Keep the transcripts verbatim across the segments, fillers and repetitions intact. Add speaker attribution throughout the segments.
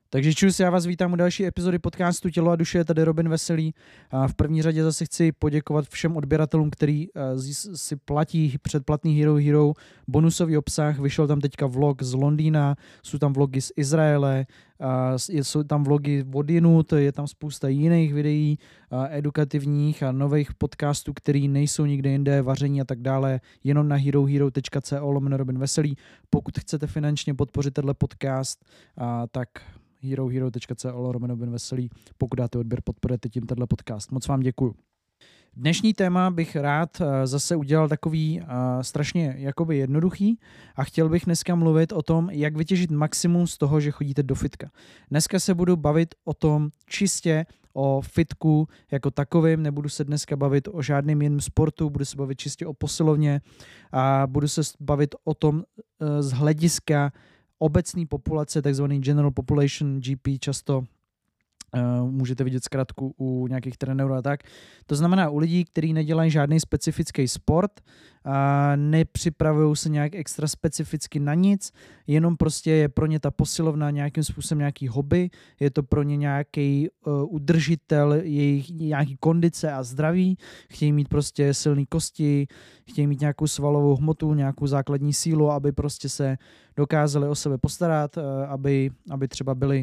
Speaker 1: Takže čus, já vás vítám u další epizody podcastu Tělo a duše, je tady Robin Veselý. A v první řadě zase chci poděkovat všem odběratelům, který si platí předplatný Hero Hero bonusový obsah. Vyšel tam teďka vlog z Londýna, jsou tam vlogy z Izraele, jsou tam vlogy od jinut, je tam spousta jiných videí edukativních a nových podcastů, který nejsou nikde jinde, vaření a tak dále, jenom na herohero tečka co lomeno Robin Veselý. Pokud chcete finančně podpořit tenhle podcast, tak herohero tečka co lomeno Robin Veselý, pokud dáte odběr, podporujete tím tenhle podcast. Moc vám děkuju. Dnešní téma bych rád zase udělal takový uh, strašně jakoby jednoduchý a chtěl bych dneska mluvit o tom, jak vytěžit maximum z toho, že chodíte do fitka. Dneska se budu bavit o tom čistě o fitku jako takovým, nebudu se dneska bavit o žádném jiném sportu, budu se bavit čistě o posilovně a budu se bavit o tom uh, z hlediska obecné populace, takzvaný general population, G P často Uh, můžete vidět zkratku u nějakých trenérů a tak. To znamená u lidí, kteří nedělají žádný specifický sport, uh, nepřipravují se nějak extra specificky na nic, jenom prostě je pro ně ta posilovna nějakým způsobem nějaký hobby, je to pro ně nějaký uh, udržitel jejich nějaký kondice a zdraví, chtějí mít prostě silný kosti, chtějí mít nějakou svalovou hmotu, nějakou základní sílu, aby prostě se dokázali o sebe postarat, uh, aby, aby třeba byli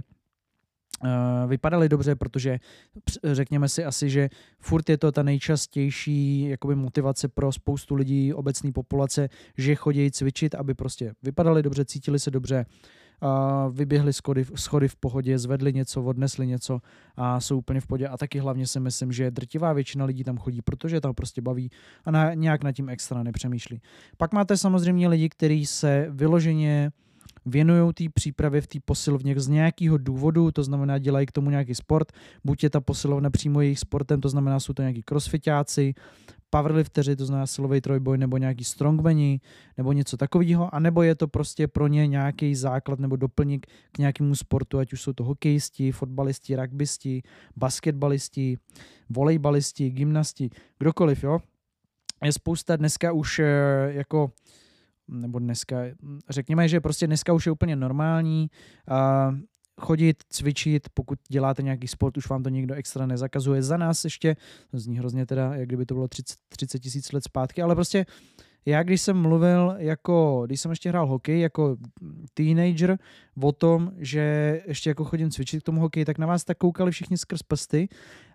Speaker 1: Uh, vypadaly dobře, protože řekněme si asi, že furt je to ta nejčastější jakoby motivace pro spoustu lidí obecné populace, že chodí cvičit, aby prostě vypadali dobře, cítili se dobře, uh, vyběhli schody, schody v pohodě, zvedli něco, odnesli něco a jsou úplně v pohodě. A taky hlavně si myslím, že drtivá většina lidí tam chodí, protože tam prostě baví a na, nějak nad tím extra nepřemýšlí. Pak máte samozřejmě lidi, kteří se vyloženě věnují té přípravě v té posilovně z nějakého důvodu, to znamená dělají k tomu nějaký sport, buď je ta posilovna přímo jejich sportem, to znamená jsou to nějaký crossfitáci, powerlifteři, to znamená silový trojboj, nebo nějaký strongmani, nebo něco takového, anebo je to prostě pro ně nějaký základ nebo doplněk k nějakému sportu, ať už jsou to hokejisti, fotbalisti, rugbysti, basketbalisti, volejbalisti, gymnasti, kdokoliv, jo. Je spousta dneska už jako nebo dneska, řekněme, že prostě dneska už je úplně normální uh, chodit, cvičit, pokud děláte nějaký sport, už vám to někdo extra nezakazuje. Za nás ještě, to zní hrozně teda, jak kdyby to bylo třicet tisíc let zpátky, ale prostě já, když jsem mluvil jako, když jsem ještě hrál hokej jako teenager o tom, že ještě jako chodím cvičit k tomu hokeji, tak na vás tak koukali všichni skrz prsty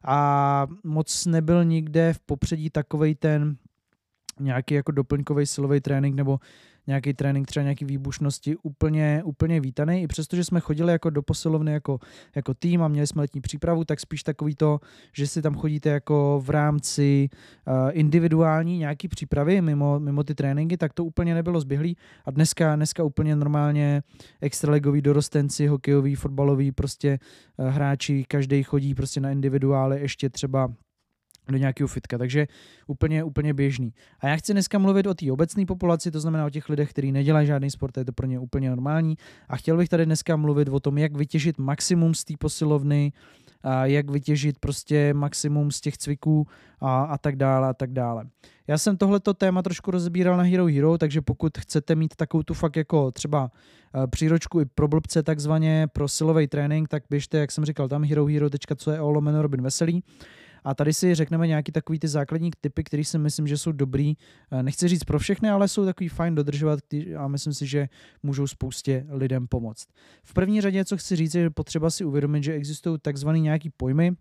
Speaker 1: a moc nebyl nikde v popředí takovej ten nějaký jako doplňkový silový trénink nebo nějaký trénink třeba nějaký výbušnosti úplně, úplně vítaný. I přesto, že jsme chodili jako do posilovny jako, jako tým a měli jsme letní přípravu, tak spíš takový to, že si tam chodíte jako v rámci uh, individuální nějaký přípravy mimo, mimo ty tréninky, tak to úplně nebylo zběhlý. A dneska, dneska úplně normálně extraligoví dorostenci, hokejoví, fotbaloví prostě uh, hráči, každý chodí prostě na individuály, ještě třeba do nějakého fitka, takže úplně, úplně běžný. A já chci dneska mluvit o té obecné populaci, to znamená o těch lidech, kteří nedělají žádný sport, je to pro ně úplně normální. A chtěl bych tady dneska mluvit o tom, jak vytěžit maximum z té posilovny, a jak vytěžit prostě maximum z těch cviků a, a tak dále a tak dále. Já jsem tohleto téma trošku rozbíral na Hero Hero, takže pokud chcete mít takovou tu fakt jako třeba příročku i pro blbce takzvaně pro silový trénink, tak běžte, jak jsem říkal, tam herohero tečka co lomeno Robin Veselý. A tady si řekneme nějaký takový ty základní typy, které si myslím, že jsou dobrý. Nechci říct pro všechny, ale jsou takový fajn dodržovat a myslím si, že můžou spoustě lidem pomoct. V první řadě, co chci říct, je potřeba si uvědomit, že existují takzvaný nějaký pojmy,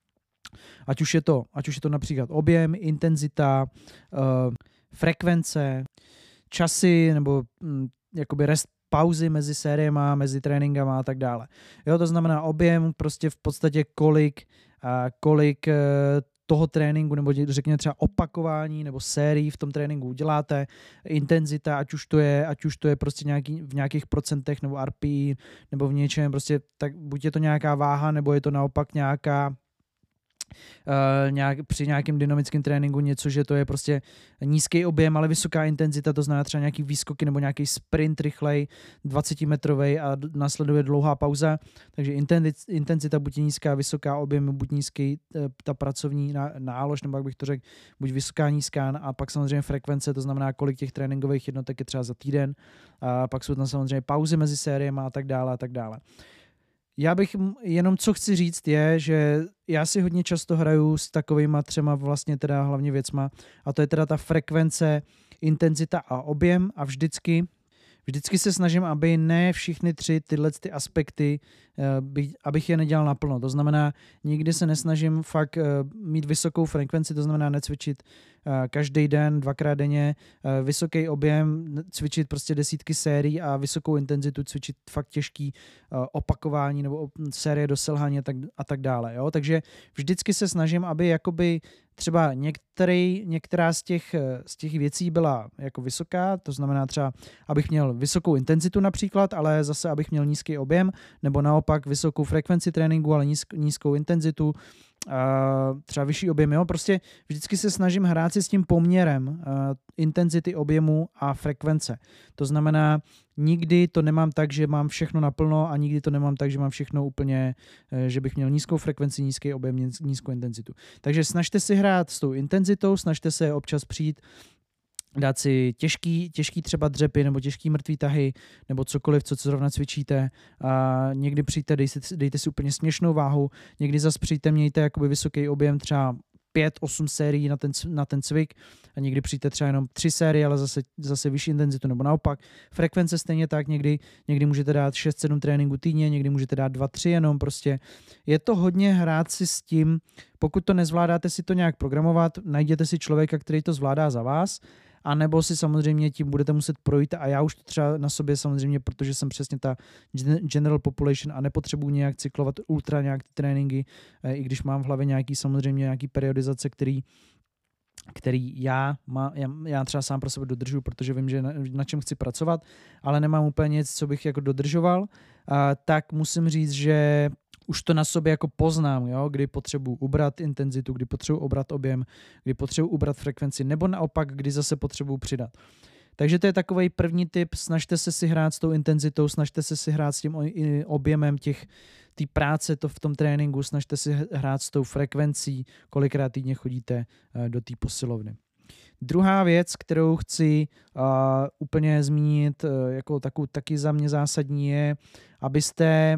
Speaker 1: ať už je to, ať už je to například objem, intenzita, uh, frekvence, časy nebo hm, jakoby rest pauzy mezi sériema, mezi tréninkama a tak dále. Jo, to znamená objem, prostě v podstatě kolik a kolik toho tréninku, nebo řekněme třeba opakování nebo sérií v tom tréninku uděláte, intenzita, ať už to je, ať už to je prostě nějaký, v nějakých procentech nebo R P E, nebo v něčem, prostě tak buď je to nějaká váha, nebo je to naopak nějaká Uh, nějak, při nějakém dynamickém tréninku něco, že to je prostě nízký objem, ale vysoká intenzita, to znamená třeba nějaký výskoky nebo nějaký sprint rychlej, dvacetimetrovej a následuje dlouhá pauza, takže intenzita buď je nízká, vysoká, objem buď nízký, ta pracovní nálož, nebo jak bych to řekl, buď vysoká, nízká a pak samozřejmě frekvence, to znamená kolik těch tréninkových jednotek je třeba za týden a pak jsou tam samozřejmě pauzy mezi sériemi a tak dále a tak dále. Já bych jenom, co chci říct je, že já si hodně často hraju s takovýma třema vlastně teda hlavně věcma a to je teda ta frekvence, intenzita a objem a vždycky Vždycky se snažím, aby ne všechny tři tyhle ty aspekty, abych je nedělal naplno. To znamená, nikdy se nesnažím fakt mít vysokou frekvenci, to znamená necvičit každý den, dvakrát denně, vysoký objem, cvičit prostě desítky sérií a vysokou intenzitu, cvičit fakt těžký opakování nebo série do selhání a tak, a tak dále. Jo? Takže vždycky se snažím, aby jakoby třeba některý, některá z těch, z těch věcí byla jako vysoká, to znamená třeba, abych měl vysokou intenzitu například, ale zase abych měl nízký objem, nebo naopak vysokou frekvenci tréninku, ale nízk, nízkou intenzitu, Uh, třeba vyšší objem, jo, prostě vždycky se snažím hrát si s tím poměrem uh, intenzity, objemu a frekvence. To znamená, nikdy to nemám tak, že mám všechno naplno a nikdy to nemám tak, že mám všechno úplně, uh, že bych měl nízkou frekvenci, nízký objem, nízkou intenzitu. Takže snažte si hrát s tou intenzitou, snažte se občas přijít dát si těžký, těžký třeba dřepy nebo těžký mrtvý tahy nebo cokoliv, co, co zrovna cvičíte. A někdy přijďte, dejte, dejte si úplně směšnou váhu, někdy zase přijďte, mějte jakoby vysoký objem, třeba pět osm sérií na ten, na ten cvik a někdy přijďte třeba jenom tři série, ale zase, zase vyšší intenzitu nebo naopak. Frekvence stejně tak, někdy, někdy můžete dát šest sedm tréninků týdně, někdy můžete dát dva tři jenom prostě. Je to hodně hrát si s tím, pokud to nezvládáte si to nějak programovat, najděte si člověka, který to zvládá za vás, a nebo si samozřejmě tím budete muset projít a já už to třeba na sobě samozřejmě, protože jsem přesně ta general population a nepotřebuji nějak cyklovat ultra nějak ty tréninky, i když mám v hlavě nějaký samozřejmě nějaký periodizace, který který já, má, já, já třeba sám pro sebe dodržuji, protože vím, že na, na čem chci pracovat, ale nemám úplně nic, co bych jako dodržoval, a, tak musím říct, že už to na sobě jako poznám, jo? Kdy potřebuji ubrat intenzitu, kdy potřebuji ubrat objem, kdy potřebuji ubrat frekvenci, nebo naopak, kdy zase potřebuji přidat. Takže to je takový první tip, snažte se si hrát s tou intenzitou, snažte se si hrát s tím objemem těch té práce to v tom tréninku, snažte si hrát s tou frekvencí, kolikrát týdně chodíte do té posilovny. Druhá věc, kterou chci uh, úplně zmínit, uh, jako takovou taky za mě zásadní, je, abyste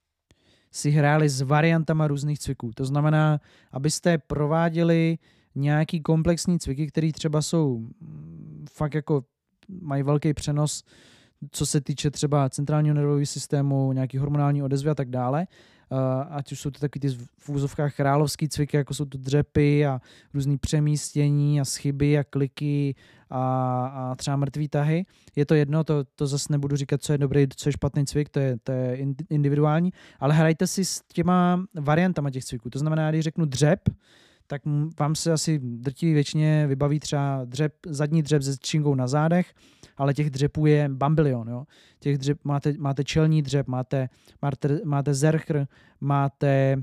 Speaker 1: si hráli s variantama různých cviků. To znamená, abyste prováděli nějaký komplexní cviky, které třeba jsou fakt jako mají velký přenos, co se týče třeba centrálního nervového systému, nějaký hormonální odezvy a tak dále. Uh, ať už jsou to taky ty v úzovkách královský cviky, jako jsou to dřepy a různý přemístění a schyby a kliky a, a třeba mrtvý tahy. Je to jedno, to, to zase nebudu říkat, co je dobrý, co je špatný cvik, to je, to je individuální, ale hrajte si s těma variantama těch cviků. To znamená, když řeknu dřep, tak vám se asi drtivý většině vybaví třeba dřep, zadní dřep se čingou na zádech, ale těch dřepů je bambilion. Jo? Těch dřep, máte, máte čelní dřep, máte, máte, máte zerchr, máte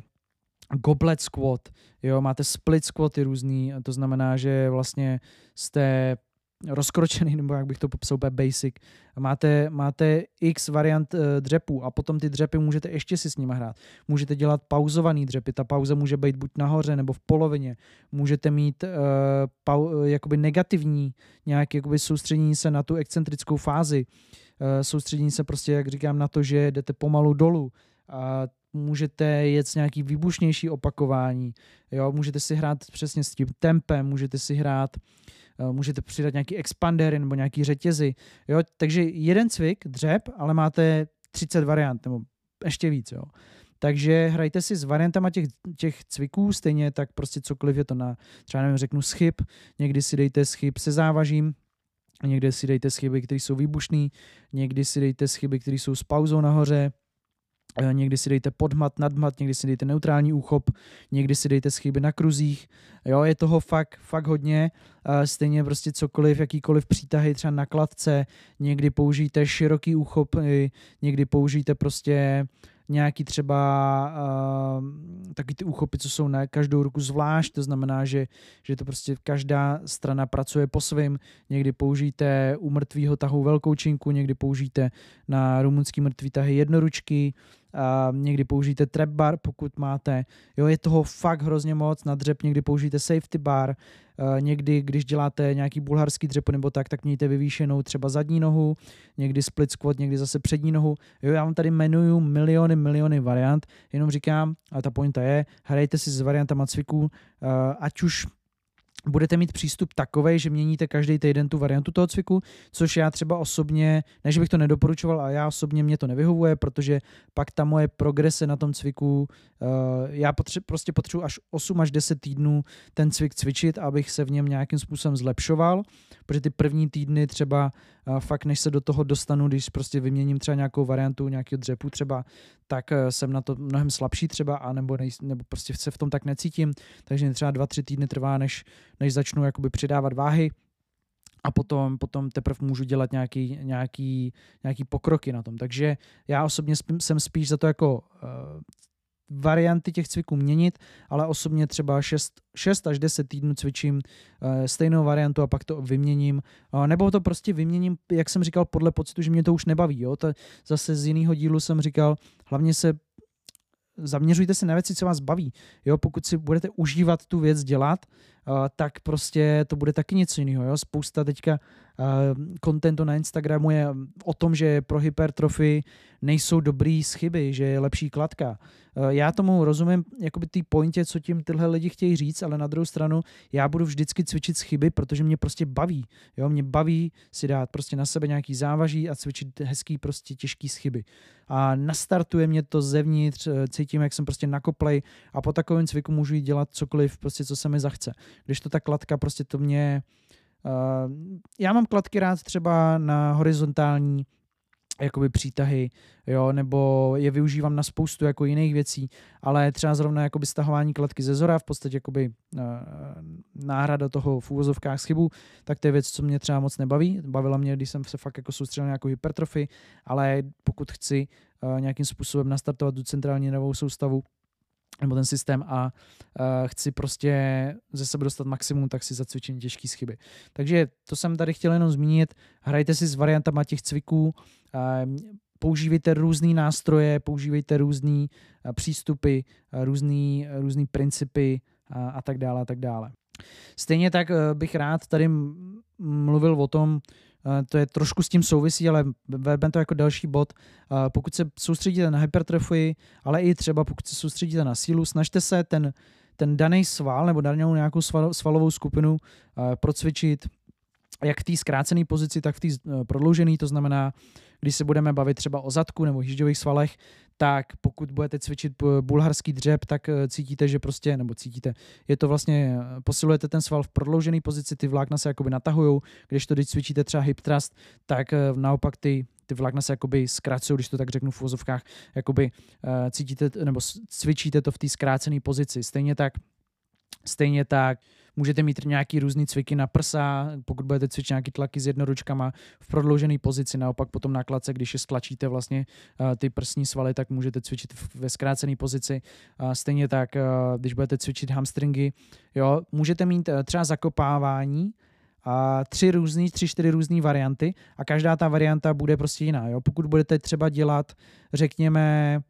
Speaker 1: goblet squat, jo? Máte split squaty různý, to znamená, že vlastně jste rozkročený, nebo jak bych to popsal, úplně basic. Máte, máte x variant uh, dřepů a potom ty dřepy můžete ještě si s nimi hrát. Můžete dělat pauzovaný dřepy, ta pauza může být buď nahoře nebo v polovině. Můžete mít uh, pau, jakoby negativní nějaké jakoby soustředění se na tu excentrickou fázi. Uh, soustředění se prostě, jak říkám, na to, že jdete pomalu dolů. A můžete jet nějaký výbušnější opakování. Jo? Můžete si hrát přesně s tím tempem, můžete si hrát můžete přidat nějaký expandery nebo nějaký řetězy. Jo? Takže jeden cvik, dřep, ale máte třicet variant nebo ještě víc. Jo? Takže hrajte si s variantama těch, těch cviků, stejně tak prostě cokoliv je to na, třeba nevím, řeknu schyb, někdy si dejte schyb se závažím, někdy si dejte schyby, které jsou výbušný, někdy si dejte schyby, které jsou s pauzou nahoře, někdy si dejte podhmat, nadhmat, někdy si dejte neutrální úchop, někdy si dejte schyby na kruzích. Jo, je toho fakt, fakt hodně. Stejně prostě cokoliv, jakýkoliv přítahy třeba na kladce, někdy použijte široký úchop, někdy použijte prostě nějaký třeba uh, taky ty úchopy, co jsou na každou ruku zvlášť, to znamená, že, že to prostě každá strana pracuje po svým. Někdy použijte u mrtvýho tahu velkou činku, někdy použijte na rumunský mrtvý tahy jednoručky a někdy použijte trap bar, pokud máte, jo, je toho fakt hrozně moc, na dřep někdy použijte safety bar, Uh, někdy, když děláte nějaký bulharský dřep nebo tak, tak mějte vyvýšenou třeba zadní nohu, někdy split squat, někdy zase přední nohu. Jo, já vám tady jmenuju miliony, miliony variant, jenom říkám, a ta pointa je, hrajte si s variantama cviků, uh, ať už budete mít přístup takovej, že měníte každý týden tu variantu toho cviku, což já třeba osobně, ne, že bych to nedoporučoval, ale já osobně mě to nevyhovuje, protože pak ta moje progrese na tom cviku, uh, já potře- prostě potřebuji až osm až deset týdnů ten cvik cvičit, abych se v něm nějakým způsobem zlepšoval, protože ty první týdny třeba uh, fakt, než se do toho dostanu, když prostě vyměním třeba nějakou variantu nějakého dřepu třeba, tak uh, jsem na to mnohem slabší třeba, a nebo, nej- nebo prostě se v tom tak necítím, takže třeba dva, tři týdny trvá, než než začnu jakoby přidávat váhy a potom, potom teprve můžu dělat nějaký, nějaký, nějaký pokroky na tom. Takže já osobně jsem spíš za to jako uh, varianty těch cviků měnit, ale osobně třeba šest až deset týdnů cvičím uh, stejnou variantu a pak to vyměním. Uh, nebo to prostě vyměním, jak jsem říkal, podle pocitu, že mě to už nebaví. Jo? To zase z jiného dílu jsem říkal, hlavně se zaměřujte se na věci, co vás baví. Jo, pokud si budete užívat tu věc dělat, uh, tak prostě to bude taky něco jiného. Jo? Spousta teďka kontentu uh, na Instagramu je o tom, že pro hypertrofii nejsou dobrý chyby, že je lepší kladka. Uh, já tomu rozumím, jakoby ty pointě, co tím tyhle lidi chtějí říct, ale na druhou stranu já budu vždycky cvičit chyby, protože mě prostě baví. Jo? Mě baví si dát prostě na sebe nějaký závaží a cvičit hezký, prostě těžký chyby. A nastartuje mě to zevnitř, cítím, jak jsem prostě nakoplej a po takovém cviku můžu jít dělat cokoliv, prostě co se mi zachce. Když to ta kladka, prostě to mě... Uh, já mám kladky rád třeba na horizontální jakoby přítahy, jo, nebo je využívám na spoustu jako jiných věcí, ale třeba zrovna jakoby stahování kladky ze zora, v podstatě jakoby uh, náhrada toho v úvozovkách chybu, tak to je věc, co mě třeba moc nebaví. Bavila mě, když jsem se fakt jako soustředil na nějakou hypertrofii, ale pokud chci uh, nějakým způsobem nastartovat tu centrální nervovou soustavu, nebo ten systém a uh, chci prostě ze sebe dostat maximum, tak si zacvičím těžký chyby. Takže to jsem tady chtěl jenom zmínit. Hrajte si s variantama těch cviků, uh, používejte různý nástroje, používejte různý uh, přístupy, uh, různý, uh, různý principy uh, a tak dále a tak dále. Stejně tak uh, bych rád tady mluvil o tom, to je trošku s tím souvisí, ale vezmeme to jako další bod. Pokud se soustředíte na hypertrofii, ale i třeba pokud se soustředíte na sílu, snažte se ten, ten daný sval nebo danou nějakou svalovou skupinu procvičit jak v té zkrácené pozici, tak v té prodloužené. To znamená, když se budeme bavit třeba o zadku nebo hýžďových svalech, tak pokud budete cvičit bulharský dřep, tak cítíte, že prostě, nebo cítíte, je to vlastně, posilujete ten sval v prodloužené pozici, ty vlákna se jakoby natahujou, když to když cvičíte třeba hip thrust, tak naopak ty, ty vlákna se jakoby zkracují, když to tak řeknu v uvozovkách, jakoby cítíte, nebo cvičíte to v té zkrácené pozici. Stejně tak, stejně tak můžete mít nějaký různý cviky na prsa, pokud budete cvičit nějaký tlaky s jednoručkama v prodloužené pozici, naopak potom na kladce, když je stlačíte vlastně uh, ty prsní svaly, tak můžete cvičit ve zkrácené pozici. Uh, stejně tak, uh, když budete cvičit hamstringy, jo, můžete mít uh, třeba zakopávání, a tři různý, tři, čtyři různé varianty a každá ta varianta bude prostě jiná. Jo? Pokud budete třeba dělat, řekněme,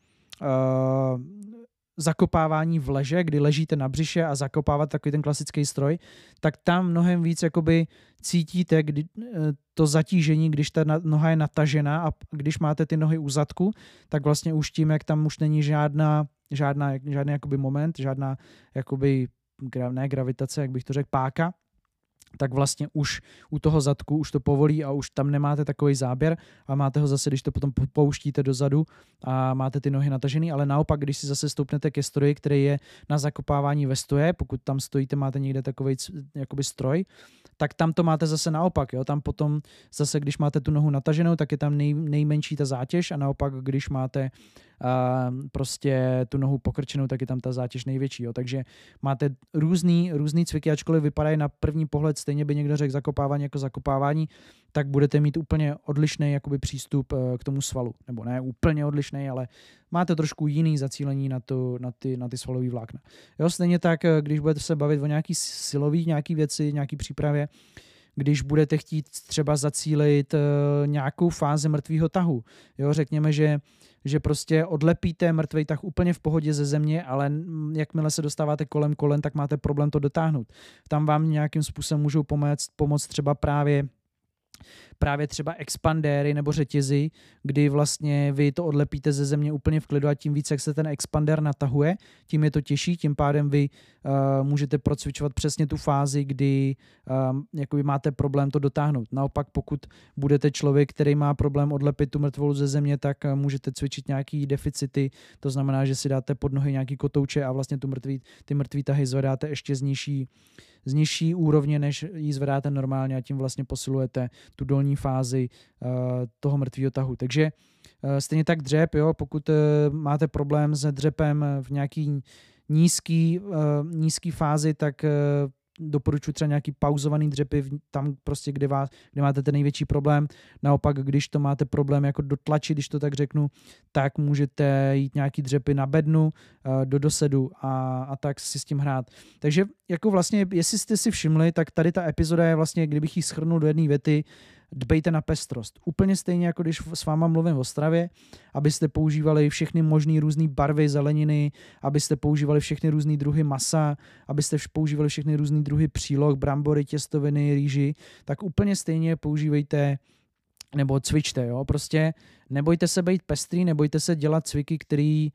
Speaker 1: uh, zakopávání v leže, kdy ležíte na břiše a zakopávat takový ten klasický stroj, tak tam mnohem víc jakoby cítíte kdy, to zatížení, když ta noha je natažená a když máte ty nohy u zadku, tak vlastně už tím, jak tam už není žádná, žádná žádný jakoby moment, žádná jakoby, ne gravitace, jak bych to řekl, páka, tak vlastně už u toho zadku už to povolí a už tam nemáte takový záběr a máte ho zase, když to potom pouštíte dozadu a máte ty nohy natažený, ale naopak, když si zase stoupnete ke stroji, který je na zakopávání ve stoje, pokud tam stojíte, máte někde takový jakoby stroj, tak tam to máte zase naopak. Jo? Tam potom zase, když máte tu nohu nataženou, tak je tam nej, nejmenší ta zátěž a naopak, když máte uh, prostě tu nohu pokrčenou, tak je tam ta zátěž největší. Jo? Takže máte různý, různý cviky, ačkoliv vypadají na první pohled, stejně by někdo řekl zakopávání jako zakopávání, tak budete mít úplně odlišný jakoby přístup uh, k tomu svalu. Nebo ne úplně odlišný, ale máte trošku jiný zacílení na, to, na ty, na ty svalové vlákna. Jo? Stejně tak, když budete se bavit o nějaký silový nějaký věci, nějaký přípravě, když budete chtít třeba zacílit uh, nějakou fázi mrtvého tahu. Jo, řekněme, že že prostě odlepíte mrtvej tah úplně v pohodě ze země, ale jakmile se dostáváte kolem kolen, tak máte problém to dotáhnout. Tam vám nějakým způsobem můžou pomoct, pomoct třeba právě právě třeba expandéry nebo řetězy, kdy vlastně vy to odlepíte ze země úplně v klidu a tím víc, jak se ten expandér natahuje, tím je to těžší, tím pádem vy uh, můžete procvičovat přesně tu fázi, kdy uh, jakoby máte problém to dotáhnout. Naopak, pokud budete člověk, který má problém odlepit tu mrtvolu ze země, tak uh, můžete cvičit nějaký deficity, to znamená, že si dáte pod nohy nějaký kotouče a vlastně tu mrtvý, ty mrtvý tahy zvedáte ještě z nižší z nižší úrovně, než ji zvedáte normálně a tím vlastně posilujete tu dolní fázi uh, toho mrtvého tahu. Takže uh, stejně tak dřep, jo, pokud uh, máte problém se dřepem v nějaký nízký, uh, nízký fázi, tak uh, doporučuji třeba nějaký pauzovaný dřepy tam prostě, kde, vás, kde máte ten největší problém. Naopak, když to máte problém jako dotlačit, když to tak řeknu, tak můžete jít nějaký dřepy na bednu, do dosedu a, a tak si s tím hrát. Takže jako vlastně, jestli jste si všimli, tak tady ta epizoda je vlastně, kdybych ji shrnul do jedné věty, dbejte na pestrost. Úplně stejně, jako když s váma mluvím o stravě, abyste používali všechny možné různé barvy, zeleniny, abyste používali všechny různé druhy masa, abyste používali všechny různé druhy příloh, brambory, těstoviny, rýži, tak úplně stejně používejte nebo cvičte, jo, prostě nebojte se být pestrý, nebojte se dělat cviky, který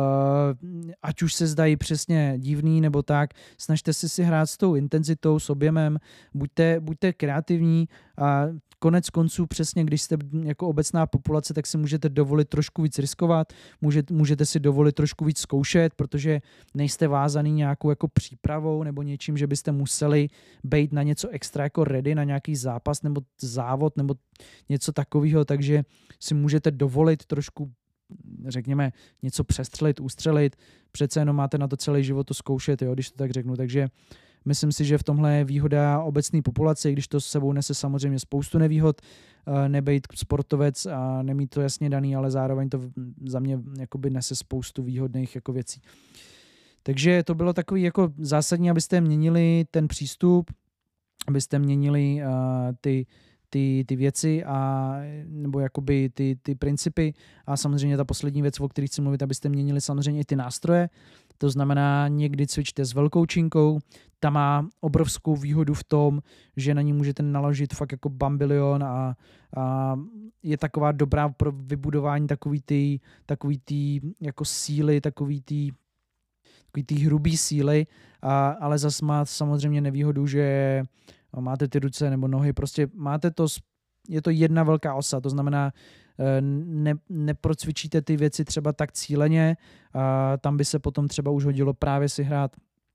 Speaker 1: uh, ať už se zdají přesně divný nebo tak, snažte se si hrát s tou intenzitou, s objemem, buďte, buďte kreativní a konec konců přesně, když jste jako obecná populace, tak si můžete dovolit trošku víc riskovat, můžete, můžete si dovolit trošku víc zkoušet, protože nejste vázaný nějakou jako přípravou nebo něčím, že byste museli být na něco extra jako ready, na nějaký zápas nebo závod nebo něco takového, takže si můžete dovolit trošku, řekněme, něco přestřelit, ustřelit, přece jenom máte na to celý život to zkoušet, jo, když to tak řeknu, takže myslím si, že v tomhle je výhoda obecné populace, když to s sebou nese samozřejmě spoustu nevýhod, nebejt sportovec a nemít to jasně daný, ale zároveň to za mě jakoby nese spoustu výhodných jako věcí. Takže to bylo takový jako zásadní, abyste měnili ten přístup, abyste měnili uh, ty Ty, ty věci a nebo jakoby ty, ty principy a samozřejmě ta poslední věc, o které chci mluvit, abyste měnili samozřejmě i ty nástroje. To znamená, někdy cvičte s velkou činkou, ta má obrovskou výhodu v tom, že na ní můžete naložit fakt jako bambilion a, a je taková dobrá pro vybudování takový ty, takový ty jako síly, takový ty takový ty hrubý síly, a, ale zas má samozřejmě nevýhodu, že máte ty ruce nebo nohy, prostě máte to, je to jedna velká osa, to znamená, ne, neprocvičíte ty věci třeba tak cíleně, a tam by se potom třeba už hodilo právě si hrát,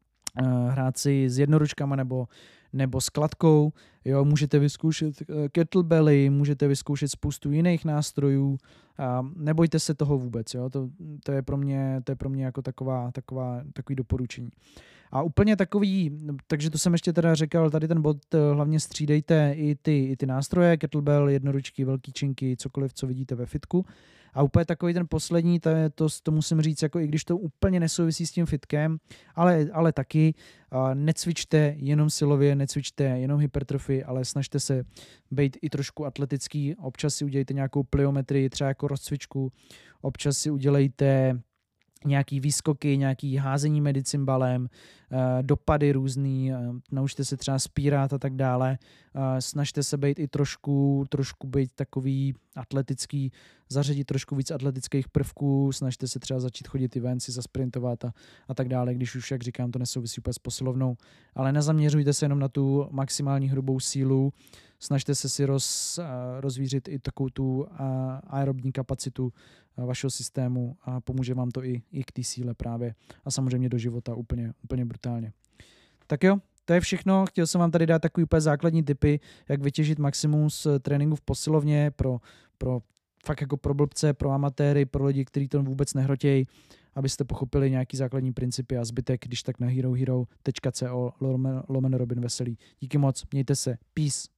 Speaker 1: hrát si s jednoručkama nebo, nebo s kladkou, jo, můžete vyzkoušet kettlebelly, můžete vyzkoušet spoustu jiných nástrojů, a nebojte se toho vůbec, jo, to, to je pro mě, to je pro mě jako taková, taková, takový doporučení. A úplně takový, takže to jsem ještě teda řekl, tady ten bod, hlavně střídejte i ty, i ty nástroje, kettlebell, jednoručky, velký činky, cokoliv, co vidíte ve fitku. A úplně takový ten poslední, to, je, to, to musím říct, jako i když to úplně nesouvisí s tím fitkem, ale, ale taky uh, necvičte jenom silově, necvičte jenom hypertrofii, ale snažte se být i trošku atletický, občas si udělejte nějakou plyometrii, třeba jako rozcvičku, občas si udělejte nějaký výskoky, nějaký házení medicimbalem, dopady různý, naučte se třeba spírat a tak dále. Snažte se být i trošku, trošku být takový atletický, zařadit trošku víc atletických prvků, snažte se třeba začít chodit i ven, si zasprintovat a, a tak dále, když už, jak říkám, to nesouvisí úplně s posilovnou, ale nezaměřujte se jenom na tu maximální hrubou sílu, snažte se si roz, rozvířit i takovou tu aerobní kapacitu vašeho systému a pomůže vám to i, i k té síle právě a samozřejmě do života úplně, úplně brutálně. Tak jo, to je všechno. Chtěl jsem vám tady dát takový úplně základní tipy, jak vytěžit maximum z tréninku v posilovně pro, pro fakt jako pro blbce, pro amatéry, pro lidi, kteří to vůbec nehrotějí, abyste pochopili nějaký základní principy a zbytek, když tak na herohero tečka co lomeno Robin Veselý. Díky moc, mějte se, peace.